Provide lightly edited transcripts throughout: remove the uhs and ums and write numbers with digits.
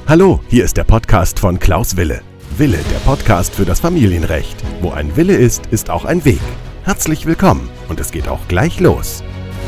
Hallo, hier ist der Podcast von Klaus Wille. Wille, der Podcast für das Familienrecht. Wo ein Wille ist, ist auch ein Weg. Herzlich willkommen und es geht auch gleich los.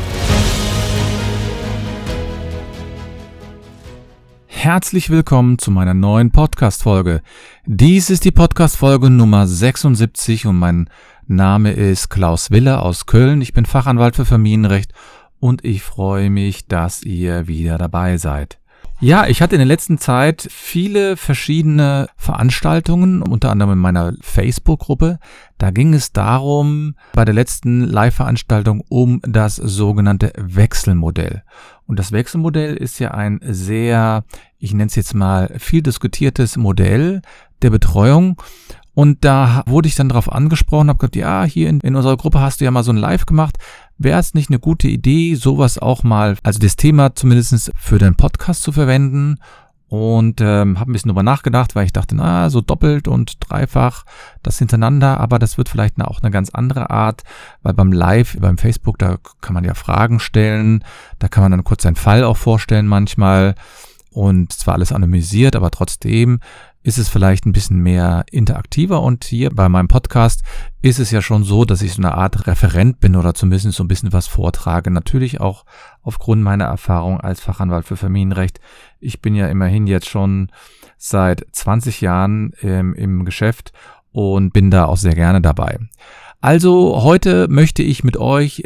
Herzlich willkommen zu meiner neuen Podcast-Folge. Dies ist die Podcast-Folge Nummer 76 und mein Name ist Klaus Wille aus Köln. Ich bin Fachanwalt für Familienrecht und ich freue mich, dass ihr wieder dabei seid. Ja, ich hatte in der letzten Zeit viele verschiedene Veranstaltungen, unter anderem in meiner Facebook-Gruppe. Da ging es darum, bei der letzten Live-Veranstaltung um das sogenannte Wechselmodell. Und das Wechselmodell ist ja ein sehr, ich nenne es jetzt mal, viel diskutiertes Modell der Betreuung. Und da wurde ich dann darauf angesprochen, habe gesagt, ja, hier in unserer Gruppe hast du ja mal so ein Live gemacht. Wäre es nicht eine gute Idee, sowas auch mal, also das Thema zumindest für den Podcast zu verwenden? Und habe ein bisschen drüber nachgedacht, weil ich dachte, so doppelt und dreifach das hintereinander, aber das wird vielleicht auch eine ganz andere Art, weil beim Live, beim Facebook, da kann man ja Fragen stellen, da kann man dann kurz seinen Fall auch vorstellen manchmal und zwar alles anonymisiert, aber trotzdem ist es vielleicht ein bisschen mehr interaktiver und hier bei meinem Podcast ist es ja schon so, dass ich so eine Art Referent bin oder zumindest so ein bisschen was vortrage. Natürlich auch aufgrund meiner Erfahrung als Fachanwalt für Familienrecht. Ich bin ja immerhin jetzt schon seit 20 Jahren im Geschäft und bin da auch sehr gerne dabei. Also heute möchte ich mit euch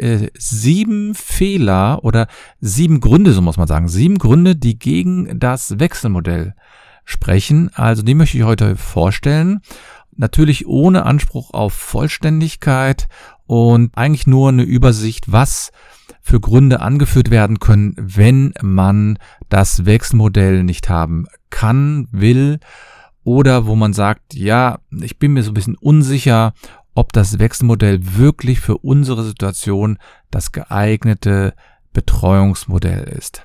7 Fehler oder 7 Gründe, so muss man sagen, 7 Gründe, die gegen das Wechselmodell sprechen. Also die möchte ich heute vorstellen. Natürlich ohne Anspruch auf Vollständigkeit und eigentlich nur eine Übersicht, was für Gründe angeführt werden können, wenn man das Wechselmodell nicht haben kann, will oder wo man sagt, ja, ich bin mir so ein bisschen unsicher, ob das Wechselmodell wirklich für unsere Situation das geeignete Betreuungsmodell ist.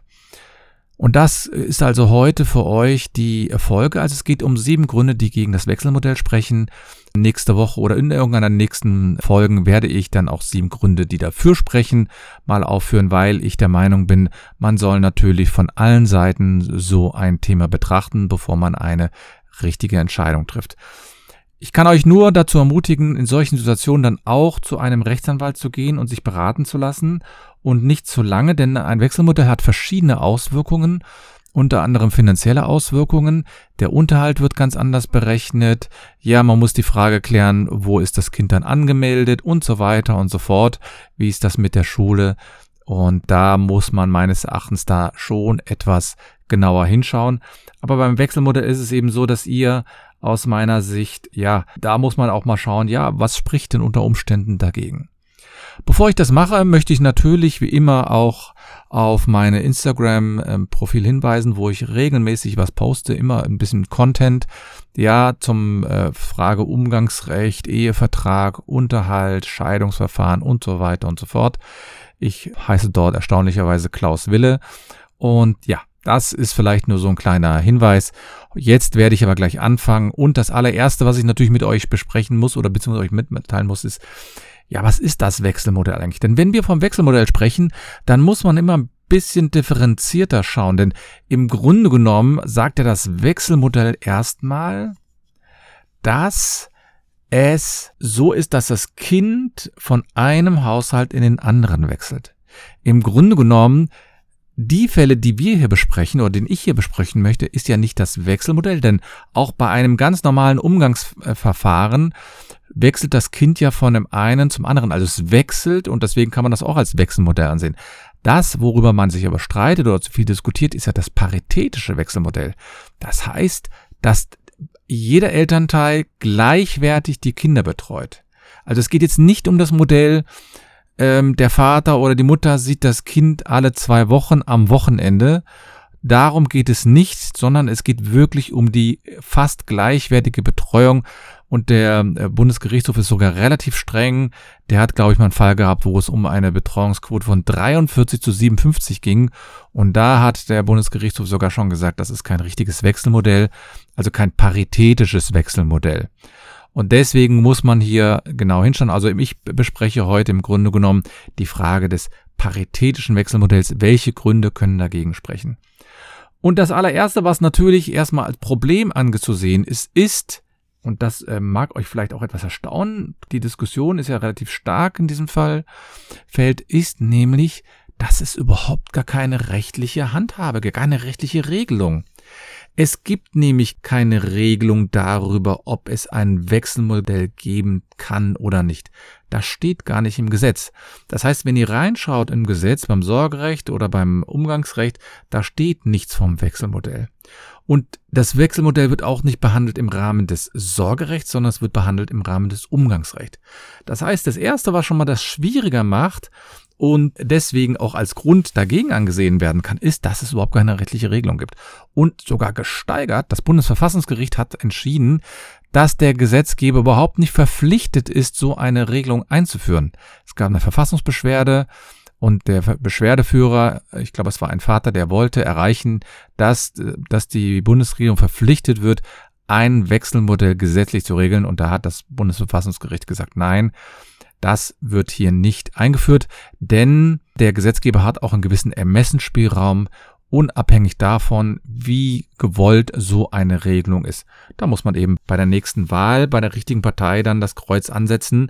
Und das ist also heute für euch die Folge. Also es geht um 7 Gründe, die gegen das Wechselmodell sprechen. Nächste Woche oder in irgendeiner nächsten Folgen werde ich dann auch 7 Gründe, die dafür sprechen, mal aufführen, weil ich der Meinung bin, man soll natürlich von allen Seiten so ein Thema betrachten, bevor man eine richtige Entscheidung trifft. Ich kann euch nur dazu ermutigen, in solchen Situationen dann auch zu einem Rechtsanwalt zu gehen und sich beraten zu lassen und nicht zu lange, denn ein Wechselmodell hat verschiedene Auswirkungen, unter anderem finanzielle Auswirkungen. Der Unterhalt wird ganz anders berechnet. Ja, man muss die Frage klären, wo ist das Kind dann angemeldet und so weiter und so fort. Wie ist das mit der Schule? Und da muss man meines Erachtens da schon etwas genauer hinschauen. Aber beim Wechselmodell ist es eben so, dass ihr aus meiner Sicht, ja, da muss man auch mal schauen, ja, was spricht denn unter Umständen dagegen? Bevor ich das mache, möchte ich natürlich wie immer auch auf meine Instagram-Profil hinweisen, wo ich regelmäßig was poste, immer ein bisschen Content, ja, zum Frage Umgangsrecht, Ehevertrag, Unterhalt, Scheidungsverfahren und so weiter und so fort. Ich heiße dort erstaunlicherweise Klaus Wille und ja, das ist vielleicht nur so ein kleiner Hinweis. Jetzt werde ich aber gleich anfangen und das allererste, was ich natürlich mit euch besprechen muss oder beziehungsweise euch mitteilen muss, ist, ja, was ist das Wechselmodell eigentlich? Denn wenn wir vom Wechselmodell sprechen, dann muss man immer ein bisschen differenzierter schauen, denn im Grunde genommen sagt ja das Wechselmodell erstmal, dass es so ist, dass das Kind von einem Haushalt in den anderen wechselt. Im Grunde genommen, die Fälle, die wir hier besprechen oder den ich hier besprechen möchte, ist ja nicht das Wechselmodell, denn auch bei einem ganz normalen Umgangsverfahren wechselt das Kind ja von dem einen zum anderen. Also es wechselt und deswegen kann man das auch als Wechselmodell ansehen. Das, worüber man sich aber streitet oder zu viel diskutiert, ist ja das paritätische Wechselmodell. Das heißt, dass jeder Elternteil gleichwertig die Kinder betreut. Also es geht jetzt nicht um das Modell, der Vater oder die Mutter sieht das Kind alle 2 Wochen am Wochenende. Darum geht es nicht, sondern es geht wirklich um die fast gleichwertige Betreuung. Und der Bundesgerichtshof ist sogar relativ streng. Der hat, glaube ich, mal einen Fall gehabt, wo es um eine Betreuungsquote von 43:57 ging. Und da hat der Bundesgerichtshof sogar schon gesagt, das ist kein richtiges Wechselmodell, also kein paritätisches Wechselmodell. Und deswegen muss man hier genau hinschauen. Also ich bespreche heute im Grunde genommen die Frage des paritätischen Wechselmodells. Welche Gründe können dagegen sprechen? Und das allererste, was natürlich erstmal als Problem anzusehen ist, und das mag euch vielleicht auch etwas erstaunen, die Diskussion ist ja relativ stark in diesem Feld, ist nämlich, dass es überhaupt gar keine rechtliche Handhabe, gar keine rechtliche Regelung. Es gibt nämlich keine Regelung darüber, ob es ein Wechselmodell geben kann oder nicht. Das steht gar nicht im Gesetz. Das heißt, wenn ihr reinschaut im Gesetz, beim Sorgerecht oder beim Umgangsrecht, da steht nichts vom Wechselmodell. Und das Wechselmodell wird auch nicht behandelt im Rahmen des Sorgerechts, sondern es wird behandelt im Rahmen des Umgangsrechts. Das heißt, das Erste, was schon mal das schwieriger macht, und deswegen auch als Grund dagegen angesehen werden kann, ist, dass es überhaupt keine rechtliche Regelung gibt. Und sogar gesteigert, das Bundesverfassungsgericht hat entschieden, dass der Gesetzgeber überhaupt nicht verpflichtet ist, so eine Regelung einzuführen. Es gab eine Verfassungsbeschwerde und der Beschwerdeführer, ich glaube es war ein Vater, der wollte erreichen, dass die Bundesregierung verpflichtet wird, ein Wechselmodell gesetzlich zu regeln. Und da hat das Bundesverfassungsgericht gesagt, nein, das wird hier nicht eingeführt, denn der Gesetzgeber hat auch einen gewissen Ermessensspielraum, unabhängig davon, wie gewollt so eine Regelung ist. Da muss man eben bei der nächsten Wahl, bei der richtigen Partei dann das Kreuz ansetzen,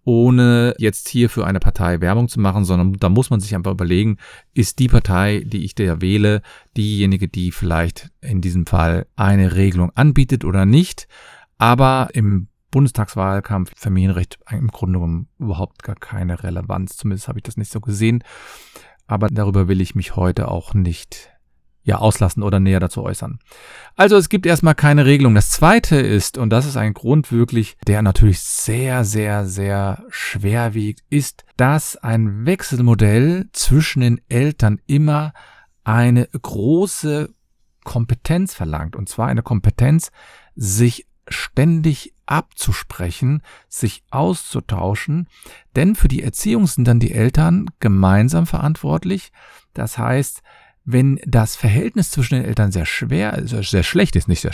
ohne jetzt hier für eine Partei Werbung zu machen, sondern da muss man sich einfach überlegen, ist die Partei, die ich da wähle, diejenige, die vielleicht in diesem Fall eine Regelung anbietet oder nicht. Aber im Bundestagswahlkampf Familienrecht im Grunde genommen überhaupt gar keine Relevanz. Zumindest habe ich das nicht so gesehen. Aber darüber will ich mich heute auch nicht auslassen oder näher dazu äußern. Also es gibt erstmal keine Regelung. Das Zweite ist, und das ist ein Grund wirklich, der natürlich sehr, sehr, sehr schwer wiegt, ist, dass ein Wechselmodell zwischen den Eltern immer eine große Kompetenz verlangt. Und zwar eine Kompetenz, sich ständig abzusprechen, sich auszutauschen, denn für die Erziehung sind dann die Eltern gemeinsam verantwortlich. Das heißt, wenn das Verhältnis zwischen den Eltern sehr schlecht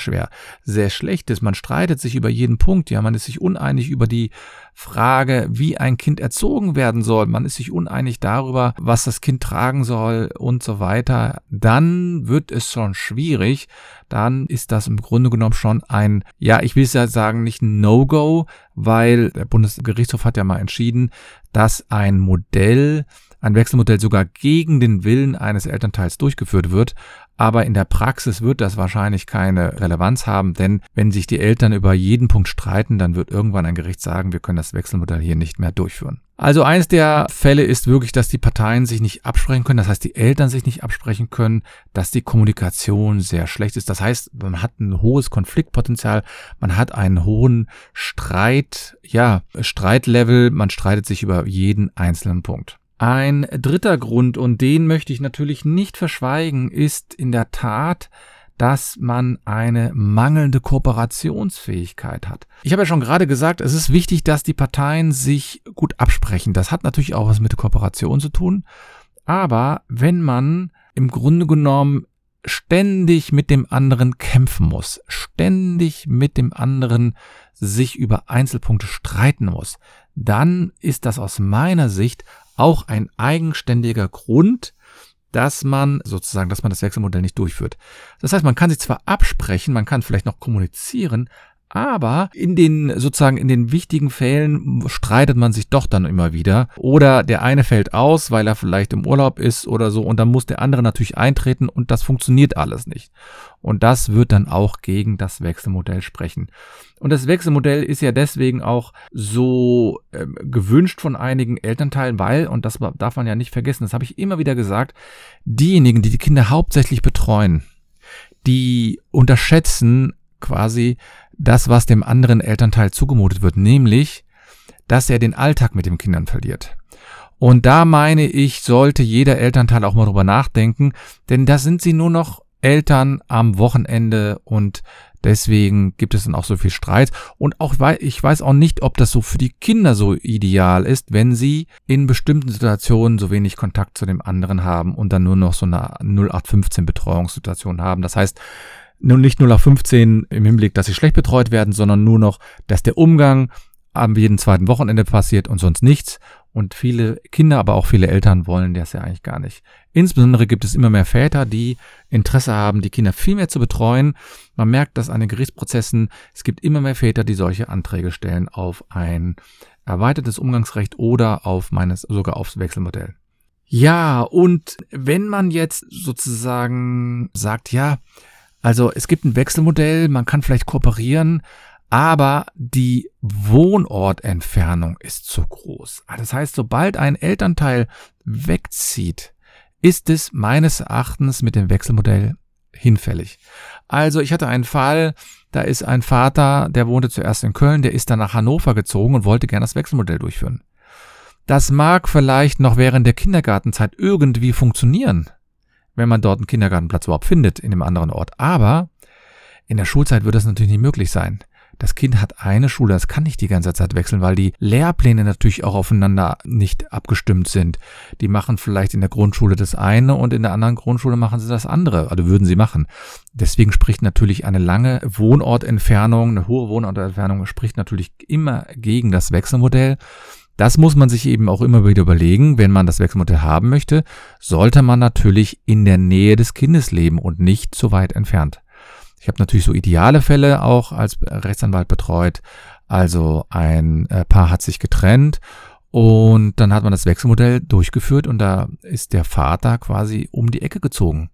ist, man streitet sich über jeden Punkt, man ist sich uneinig über die Frage, wie ein Kind erzogen werden soll, man ist sich uneinig darüber, was das Kind tragen soll und so weiter, dann wird es schon schwierig, dann ist das im Grunde genommen schon ein, ich will es ja sagen, nicht ein No-Go, weil der Bundesgerichtshof hat ja mal entschieden, dass ein Wechselmodell sogar gegen den Willen eines Elternteils durchgeführt wird, aber in der Praxis wird das wahrscheinlich keine Relevanz haben, denn wenn sich die Eltern über jeden Punkt streiten, dann wird irgendwann ein Gericht sagen, wir können das Wechselmodell hier nicht mehr durchführen. Also eines der Fälle ist wirklich, dass die Parteien sich nicht absprechen können, das heißt, die Eltern sich nicht absprechen können, dass die Kommunikation sehr schlecht ist. Das heißt, man hat ein hohes Konfliktpotenzial, man hat einen hohen Streitlevel, man streitet sich über jeden einzelnen Punkt. Ein dritter Grund, und den möchte ich natürlich nicht verschweigen, ist in der Tat, dass man eine mangelnde Kooperationsfähigkeit hat. Ich habe ja schon gerade gesagt, es ist wichtig, dass die Parteien sich gut absprechen. Das hat natürlich auch was mit der Kooperation zu tun. Aber wenn man im Grunde genommen ständig mit dem anderen kämpfen muss, ständig mit dem anderen sich über Einzelpunkte streiten muss, dann ist das aus meiner Sicht auch ein eigenständiger Grund, dass man das Wechselmodell nicht durchführt. Das heißt, man kann sich zwar absprechen, man kann vielleicht noch kommunizieren, aber in den wichtigen Fällen streitet man sich doch dann immer wieder. Oder der eine fällt aus, weil er vielleicht im Urlaub ist oder so, und dann muss der andere natürlich eintreten und das funktioniert alles nicht. Und das wird dann auch gegen das Wechselmodell sprechen. Und das Wechselmodell ist ja deswegen auch so gewünscht von einigen Elternteilen, weil, und das darf man ja nicht vergessen, das habe ich immer wieder gesagt, diejenigen, die die Kinder hauptsächlich betreuen, die unterschätzen quasi das, was dem anderen Elternteil zugemutet wird, nämlich, dass er den Alltag mit den Kindern verliert. Und da meine ich, sollte jeder Elternteil auch mal drüber nachdenken, denn da sind sie nur noch Eltern am Wochenende und deswegen gibt es dann auch so viel Streit. Und auch ich weiß auch nicht, ob das so für die Kinder so ideal ist, wenn sie in bestimmten Situationen so wenig Kontakt zu dem anderen haben und dann nur noch so eine 0815 Betreuungssituation haben. Das heißt, nun nicht 0815 im Hinblick, dass sie schlecht betreut werden, sondern nur noch, dass der Umgang an jedem zweiten Wochenende passiert und sonst nichts. Und viele Kinder, aber auch viele Eltern wollen das ja eigentlich gar nicht. Insbesondere gibt es immer mehr Väter, die Interesse haben, die Kinder viel mehr zu betreuen. Man merkt das an den Gerichtsprozessen. Es gibt immer mehr Väter, die solche Anträge stellen auf ein erweitertes Umgangsrecht oder sogar aufs Wechselmodell. Ja, und wenn man jetzt sozusagen sagt, ja, also es gibt ein Wechselmodell, man kann vielleicht kooperieren, aber die Wohnortentfernung ist zu groß. Das heißt, sobald ein Elternteil wegzieht, ist es meines Erachtens mit dem Wechselmodell hinfällig. Also ich hatte einen Fall, da ist ein Vater, der wohnte zuerst in Köln, der ist dann nach Hannover gezogen und wollte gerne das Wechselmodell durchführen. Das mag vielleicht noch während der Kindergartenzeit irgendwie funktionieren, wenn man dort einen Kindergartenplatz überhaupt findet in einem anderen Ort. Aber in der Schulzeit wird das natürlich nicht möglich sein. Das Kind hat eine Schule, das kann nicht die ganze Zeit wechseln, weil die Lehrpläne natürlich auch aufeinander nicht abgestimmt sind. Die machen vielleicht in der Grundschule das eine und in der anderen Grundschule machen sie das andere, also würden sie machen. Deswegen spricht natürlich eine lange Wohnortentfernung, eine hohe Wohnortentfernung spricht natürlich immer gegen das Wechselmodell. Das muss man sich eben auch immer wieder überlegen, wenn man das Wechselmodell haben möchte, sollte man natürlich in der Nähe des Kindes leben und nicht zu weit entfernt. Ich habe natürlich so ideale Fälle auch als Rechtsanwalt betreut. Also ein Paar hat sich getrennt und dann hat man das Wechselmodell durchgeführt und da ist der Vater quasi um die Ecke gezogen.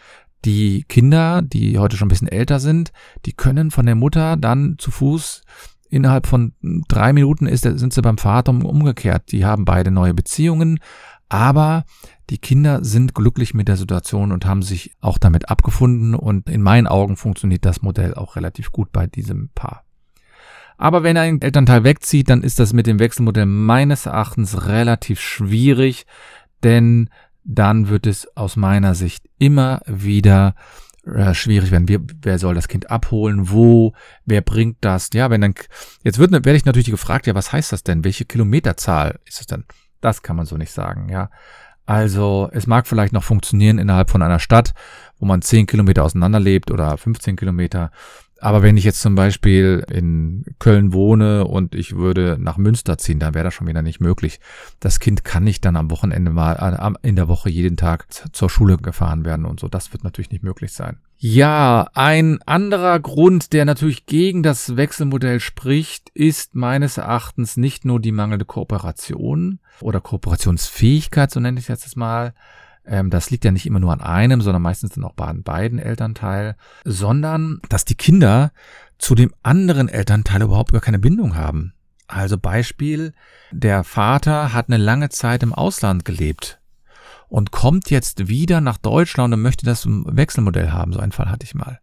Die Kinder, die heute schon ein bisschen älter sind, die können von der Mutter dann zu Fuß innerhalb von 3 Minuten sind sie beim Vater umgekehrt. Die haben beide neue Beziehungen, aber die Kinder sind glücklich mit der Situation und haben sich auch damit abgefunden und in meinen Augen funktioniert das Modell auch relativ gut bei diesem Paar. Aber wenn ein Elternteil wegzieht, dann ist das mit dem Wechselmodell meines Erachtens relativ schwierig, denn dann wird es aus meiner Sicht immer wieder schwierig werden. Wer soll das Kind abholen? Wo? Wer bringt das? Ja, werde ich natürlich gefragt, ja, was heißt das denn? Welche Kilometerzahl ist es denn? Das kann man so nicht sagen, ja. Also es mag vielleicht noch funktionieren innerhalb von einer Stadt, wo man 10 Kilometer auseinander lebt oder 15 Kilometer. Aber wenn ich jetzt zum Beispiel in Köln wohne und ich würde nach Münster ziehen, dann wäre das schon wieder nicht möglich. Das Kind kann nicht dann am Wochenende mal in der Woche jeden Tag zur Schule gefahren werden und so. Das wird natürlich nicht möglich sein. Ja, ein anderer Grund, der natürlich gegen das Wechselmodell spricht, ist meines Erachtens nicht nur die mangelnde Kooperation oder Kooperationsfähigkeit, so nenne ich es jetzt mal. Das liegt ja nicht immer nur an einem, sondern meistens dann auch an beiden Elternteilen, sondern dass die Kinder zu dem anderen Elternteil überhaupt gar keine Bindung haben. Also Beispiel, der Vater hat eine lange Zeit im Ausland gelebt und kommt jetzt wieder nach Deutschland und möchte das Wechselmodell haben. So einen Fall hatte ich mal.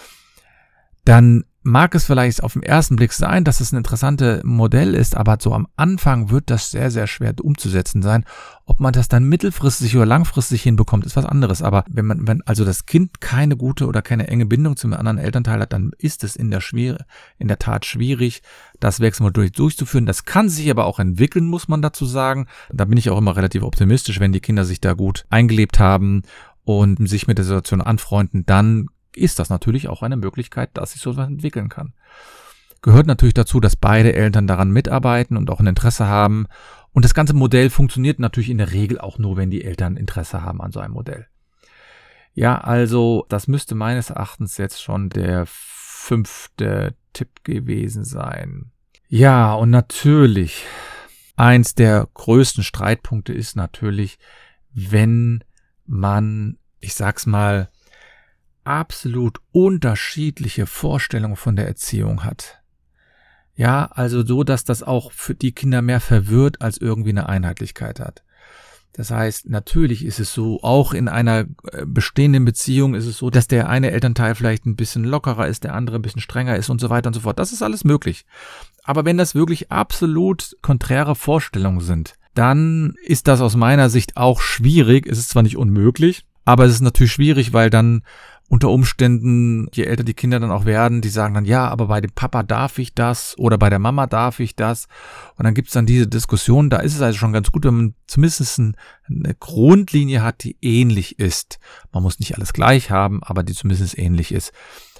Dann mag es vielleicht auf den ersten Blick sein, dass es ein interessantes Modell ist, aber so am Anfang wird das sehr, sehr schwer umzusetzen sein. Ob man das dann mittelfristig oder langfristig hinbekommt, ist was anderes. Aber wenn also das Kind keine gute oder keine enge Bindung zum anderen Elternteil hat, dann ist es in der Tat schwierig, das Wechselmodell durchzuführen. Das kann sich aber auch entwickeln, muss man dazu sagen. Da bin ich auch immer relativ optimistisch, wenn die Kinder sich da gut eingelebt haben und sich mit der Situation anfreunden, dann ist das natürlich auch eine Möglichkeit, dass sich sowas entwickeln kann. Gehört natürlich dazu, dass beide Eltern daran mitarbeiten und auch ein Interesse haben. Und das ganze Modell funktioniert natürlich in der Regel auch nur, wenn die Eltern Interesse haben an so einem Modell. Ja, also das müsste meines Erachtens jetzt schon der 5. Tipp gewesen sein. Ja, und natürlich, eins der größten Streitpunkte ist natürlich, wenn man, ich sag's mal, absolut unterschiedliche Vorstellungen von der Erziehung hat. Ja, also so, dass das auch für die Kinder mehr verwirrt, als irgendwie eine Einheitlichkeit hat. Das heißt, natürlich ist es so, auch in einer bestehenden Beziehung ist es so, dass der eine Elternteil vielleicht ein bisschen lockerer ist, der andere ein bisschen strenger ist und so weiter und so fort. Das ist alles möglich. Aber wenn das wirklich absolut konträre Vorstellungen sind, dann ist das aus meiner Sicht auch schwierig. Es ist zwar nicht unmöglich, aber es ist natürlich schwierig, weil dann unter Umständen, je älter die Kinder dann auch werden, die sagen dann, ja, aber bei dem Papa darf ich das oder bei der Mama darf ich das. Und dann gibt's dann diese Diskussion. Da ist es also schon ganz gut, wenn man zumindest eine Grundlinie hat, die ähnlich ist. Man muss nicht alles gleich haben, aber die zumindest ähnlich ist.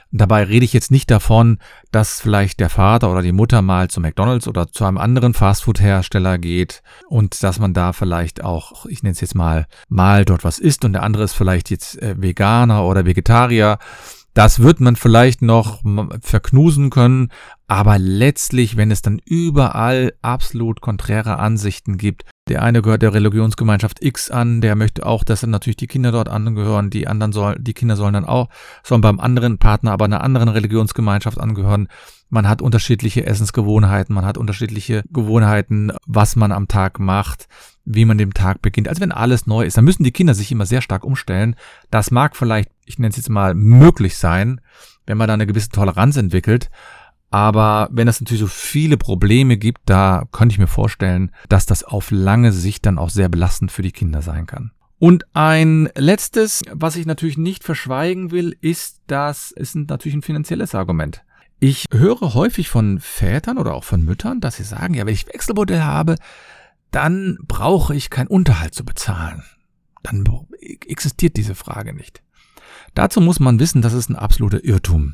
Dabei rede ich jetzt nicht davon, dass vielleicht der Vater oder die Mutter mal zu McDonald's oder zu einem anderen Fastfood-Hersteller geht und dass man da vielleicht auch, ich nenne es jetzt mal dort was isst und der andere ist vielleicht jetzt Veganer oder Vegetarier. Das wird man vielleicht noch verknusen können, aber letztlich, wenn es dann überall absolut konträre Ansichten gibt, der eine gehört der Religionsgemeinschaft X an, der möchte auch, dass dann natürlich die Kinder dort angehören, die Kinder sollen beim anderen Partner aber einer anderen Religionsgemeinschaft angehören. Man hat unterschiedliche Essensgewohnheiten, man hat unterschiedliche Gewohnheiten, was man am Tag macht, wie man den Tag beginnt. Also wenn alles neu ist, dann müssen die Kinder sich immer sehr stark umstellen. Das mag vielleicht, ich nenne es jetzt mal, möglich sein, wenn man da eine gewisse Toleranz entwickelt. Aber wenn es natürlich so viele Probleme gibt, da könnte ich mir vorstellen, dass das auf lange Sicht dann auch sehr belastend für die Kinder sein kann. Und ein letztes, was ich natürlich nicht verschweigen will, ist natürlich ein finanzielles Argument. Ich höre häufig von Vätern oder auch von Müttern, dass sie sagen, ja, wenn ich Wechselmodell habe, dann brauche ich keinen Unterhalt zu bezahlen. Dann existiert diese Frage nicht. Dazu muss man wissen, das ist ein absoluter Irrtum.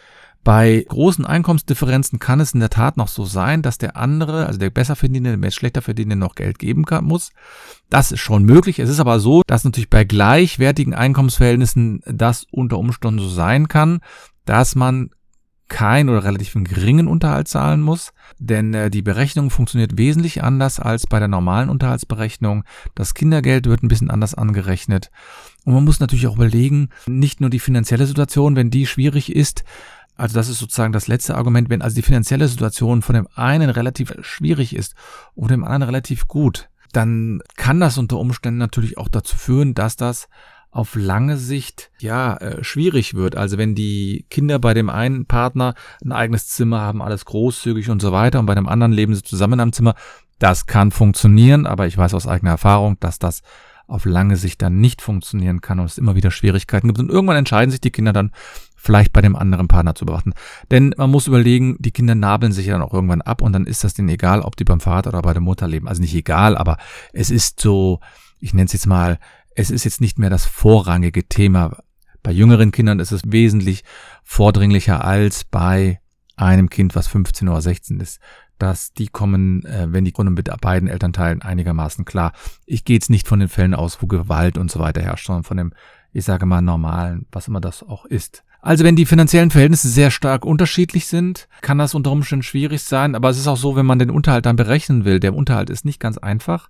Bei großen Einkommensdifferenzen kann es in der Tat noch so sein, dass der andere, also der besser verdienende, der schlechter verdienende noch Geld geben muss. Das ist schon möglich. Es ist aber so, dass natürlich bei gleichwertigen Einkommensverhältnissen das unter Umständen so sein kann, dass man keinen oder relativ einen geringen Unterhalt zahlen muss, denn die Berechnung funktioniert wesentlich anders als bei der normalen Unterhaltsberechnung. Das Kindergeld wird ein bisschen anders angerechnet und man muss natürlich auch überlegen, nicht nur die finanzielle Situation, wenn die schwierig ist, also das ist sozusagen das letzte Argument, wenn also die finanzielle Situation von dem einen relativ schwierig ist und dem anderen relativ gut, dann kann das unter Umständen natürlich auch dazu führen, dass das auf lange Sicht schwierig wird. Also wenn die Kinder bei dem einen Partner ein eigenes Zimmer haben, alles großzügig und so weiter und bei dem anderen leben sie zusammen in einem Zimmer, das kann funktionieren, aber ich weiß aus eigener Erfahrung, dass das auf lange Sicht dann nicht funktionieren kann und es immer wieder Schwierigkeiten gibt und irgendwann entscheiden sich die Kinder dann vielleicht bei dem anderen Partner zu bewachen. Denn man muss überlegen, die Kinder nabeln sich ja dann auch irgendwann ab und dann ist das denen egal, ob die beim Vater oder bei der Mutter leben. Also nicht egal, aber es ist so, ich nenne es jetzt mal, es ist jetzt nicht mehr das vorrangige Thema. Bei jüngeren Kindern ist es wesentlich vordringlicher als bei einem Kind, was 15 oder 16 ist. Dass die kommen, wenn die Gründe mit beiden Elternteilen einigermaßen klar. Ich gehe jetzt nicht von den Fällen aus, wo Gewalt und so weiter herrscht, sondern von dem, ich sage mal, normalen, was immer das auch ist. Also wenn die finanziellen Verhältnisse sehr stark unterschiedlich sind, kann das unter Umständen schwierig sein. Aber es ist auch so, wenn man den Unterhalt dann berechnen will. Der Unterhalt ist nicht ganz einfach,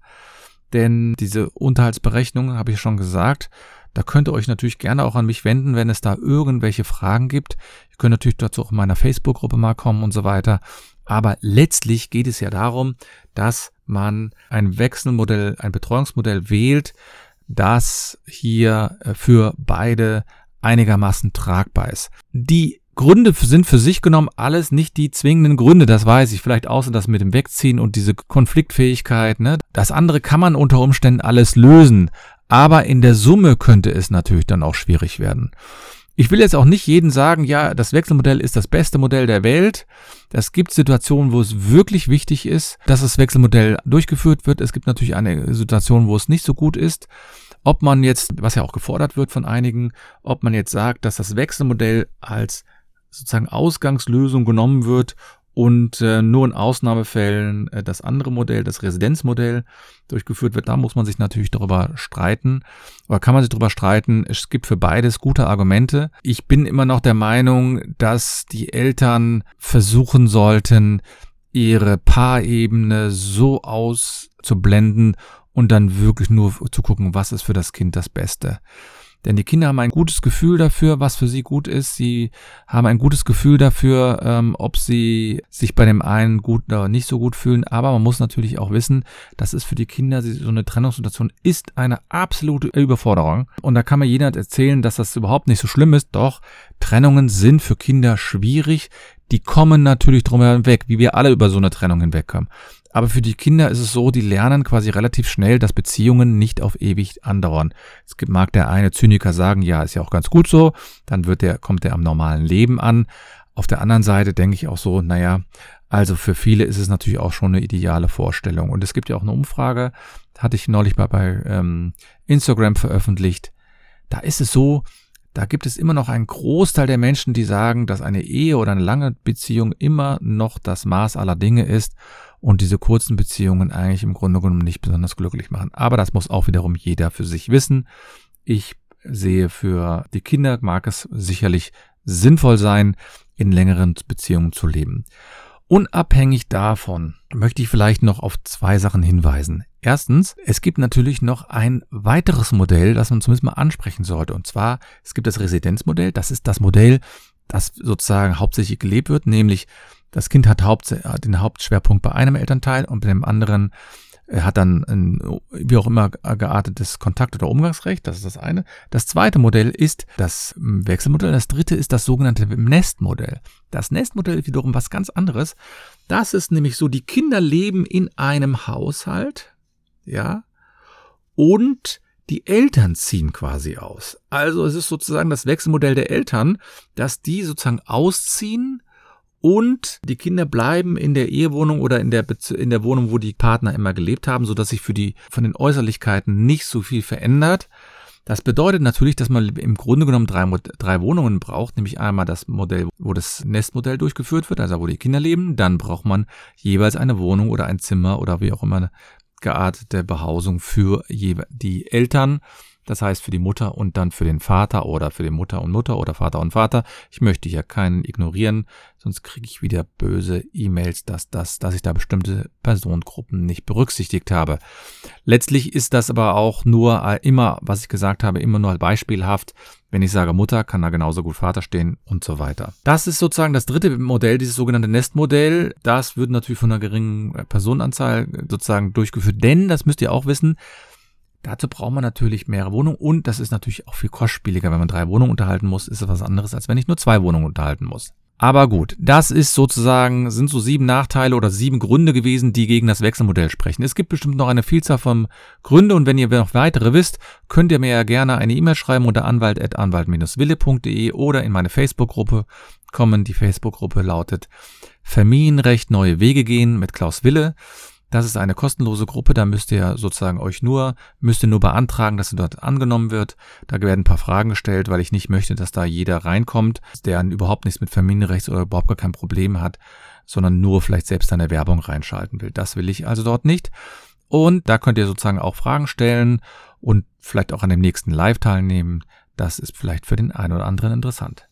denn diese Unterhaltsberechnung, habe ich schon gesagt, da könnt ihr euch natürlich gerne auch an mich wenden, wenn es da irgendwelche Fragen gibt. Ihr könnt natürlich dazu auch in meiner Facebook-Gruppe mal kommen und so weiter. Aber letztlich geht es ja darum, dass man ein Wechselmodell, ein Betreuungsmodell wählt, das hier für beide einigermaßen tragbar ist. Die Gründe sind für sich genommen alles nicht die zwingenden Gründe, das weiß ich. Vielleicht außer das mit dem Wegziehen und diese Konfliktfähigkeit, ne? Das andere kann man unter Umständen alles lösen. Aber in der Summe könnte es natürlich dann auch schwierig werden. Ich will jetzt auch nicht jedem sagen, ja, das Wechselmodell ist das beste Modell der Welt. Es gibt Situationen, wo es wirklich wichtig ist, dass das Wechselmodell durchgeführt wird. Es gibt natürlich eine Situation, wo es nicht so gut ist. Ob man jetzt, was ja auch gefordert wird von einigen, ob man jetzt sagt, dass das Wechselmodell als sozusagen Ausgangslösung genommen wird und nur in Ausnahmefällen das andere Modell, das Residenzmodell durchgeführt wird, da muss man sich natürlich darüber streiten oder kann man sich darüber streiten. Es gibt für beides gute Argumente. Ich bin immer noch der Meinung, dass die Eltern versuchen sollten, ihre Paarebene so auszublenden und dann wirklich nur zu gucken, was ist für das Kind das Beste. Denn die Kinder haben ein gutes Gefühl dafür, was für sie gut ist. Sie haben ein gutes Gefühl dafür, ob sie sich bei dem einen gut oder nicht so gut fühlen. Aber man muss natürlich auch wissen, das ist für die Kinder, so eine Trennungssituation ist eine absolute Überforderung. Und da kann mir jeder erzählen, dass das überhaupt nicht so schlimm ist. Doch, Trennungen sind für Kinder schwierig. Die kommen natürlich drum hinweg, wie wir alle über so eine Trennung hinwegkommen. Aber für die Kinder ist es so, die lernen quasi relativ schnell, dass Beziehungen nicht auf ewig andauern. Mag der eine Zyniker sagen, ja, ist ja auch ganz gut so, dann kommt er am normalen Leben an. Auf der anderen Seite denke ich auch so, naja, also für viele ist es natürlich auch schon eine ideale Vorstellung. Und es gibt ja auch eine Umfrage, hatte ich neulich bei Instagram veröffentlicht. Da ist es so, Da gibt es immer noch einen Großteil der Menschen, die sagen, dass eine Ehe oder eine lange Beziehung immer noch das Maß aller Dinge ist und diese kurzen Beziehungen eigentlich im Grunde genommen nicht besonders glücklich machen. Aber das muss auch wiederum jeder für sich wissen. Ich sehe, für die Kinder mag es sicherlich sinnvoll sein, in längeren Beziehungen zu leben. Unabhängig davon möchte ich vielleicht noch auf 2 Sachen hinweisen. Erstens, es gibt natürlich noch ein weiteres Modell, das man zumindest mal ansprechen sollte. Und zwar, es gibt das Residenzmodell. Das ist das Modell, das sozusagen hauptsächlich gelebt wird, nämlich das Kind hat den Hauptschwerpunkt bei einem Elternteil und bei dem anderen hat dann ein, wie auch immer, geartetes Kontakt- oder Umgangsrecht. Das ist das eine. Das zweite Modell ist das Wechselmodell. Das dritte ist das sogenannte Nestmodell. Das Nestmodell ist wiederum was ganz anderes. Das ist nämlich so, die Kinder leben in einem Haushalt, ja, und die Eltern ziehen quasi aus. Also es ist sozusagen das Wechselmodell der Eltern, dass die sozusagen ausziehen und die Kinder bleiben in der Ehewohnung oder in der Wohnung, wo die Partner immer gelebt haben, sodass sich von den Äußerlichkeiten nicht so viel verändert. Das bedeutet natürlich, dass man im Grunde genommen 3 Wohnungen braucht, nämlich einmal das Modell, wo das Nestmodell durchgeführt wird, also wo die Kinder leben. Dann braucht man jeweils eine Wohnung oder ein Zimmer oder wie auch immer eine geartete Behausung für die Eltern. Das heißt für die Mutter und dann für den Vater oder für die Mutter und Mutter oder Vater und Vater. Ich möchte hier keinen ignorieren, sonst kriege ich wieder böse E-Mails, dass ich da bestimmte Personengruppen nicht berücksichtigt habe. Letztlich ist das aber auch nur immer, was ich gesagt habe, immer nur beispielhaft. Wenn ich sage Mutter, kann da genauso gut Vater stehen und so weiter. Das ist sozusagen das dritte Modell, dieses sogenannte Nestmodell. Das wird natürlich von einer geringen Personenanzahl sozusagen durchgeführt, denn, das müsst ihr auch wissen, dazu braucht man natürlich mehrere Wohnungen und das ist natürlich auch viel kostspieliger. Wenn man 3 Wohnungen unterhalten muss, ist es was anderes, als wenn ich nur 2 Wohnungen unterhalten muss. Aber gut, das ist sozusagen, sind so 7 Nachteile oder 7 Gründe gewesen, die gegen das Wechselmodell sprechen. Es gibt bestimmt noch eine Vielzahl von Gründen und wenn ihr noch weitere wisst, könnt ihr mir ja gerne eine E-Mail schreiben unter anwalt@anwalt-wille.de oder in meine Facebook-Gruppe kommen. Die Facebook-Gruppe lautet Familienrecht neue Wege gehen mit Klaus Wille. Das ist eine kostenlose Gruppe, da müsst ihr sozusagen müsst ihr nur beantragen, dass ihr dort angenommen wird. Da werden ein paar Fragen gestellt, weil ich nicht möchte, dass da jeder reinkommt, der überhaupt nichts mit Familienrecht oder überhaupt gar kein Problem hat, sondern nur vielleicht selbst eine Werbung reinschalten will. Das will ich also dort nicht. Und da könnt ihr sozusagen auch Fragen stellen und vielleicht auch an dem nächsten Live teilnehmen. Das ist vielleicht für den einen oder anderen interessant.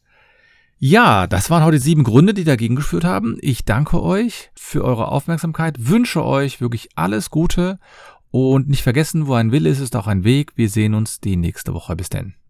Ja, das waren heute 7 Gründe, die dagegen geführt haben. Ich danke euch für eure Aufmerksamkeit, wünsche euch wirklich alles Gute und nicht vergessen, wo ein Wille ist, ist auch ein Weg. Wir sehen uns die nächste Woche. Bis denn.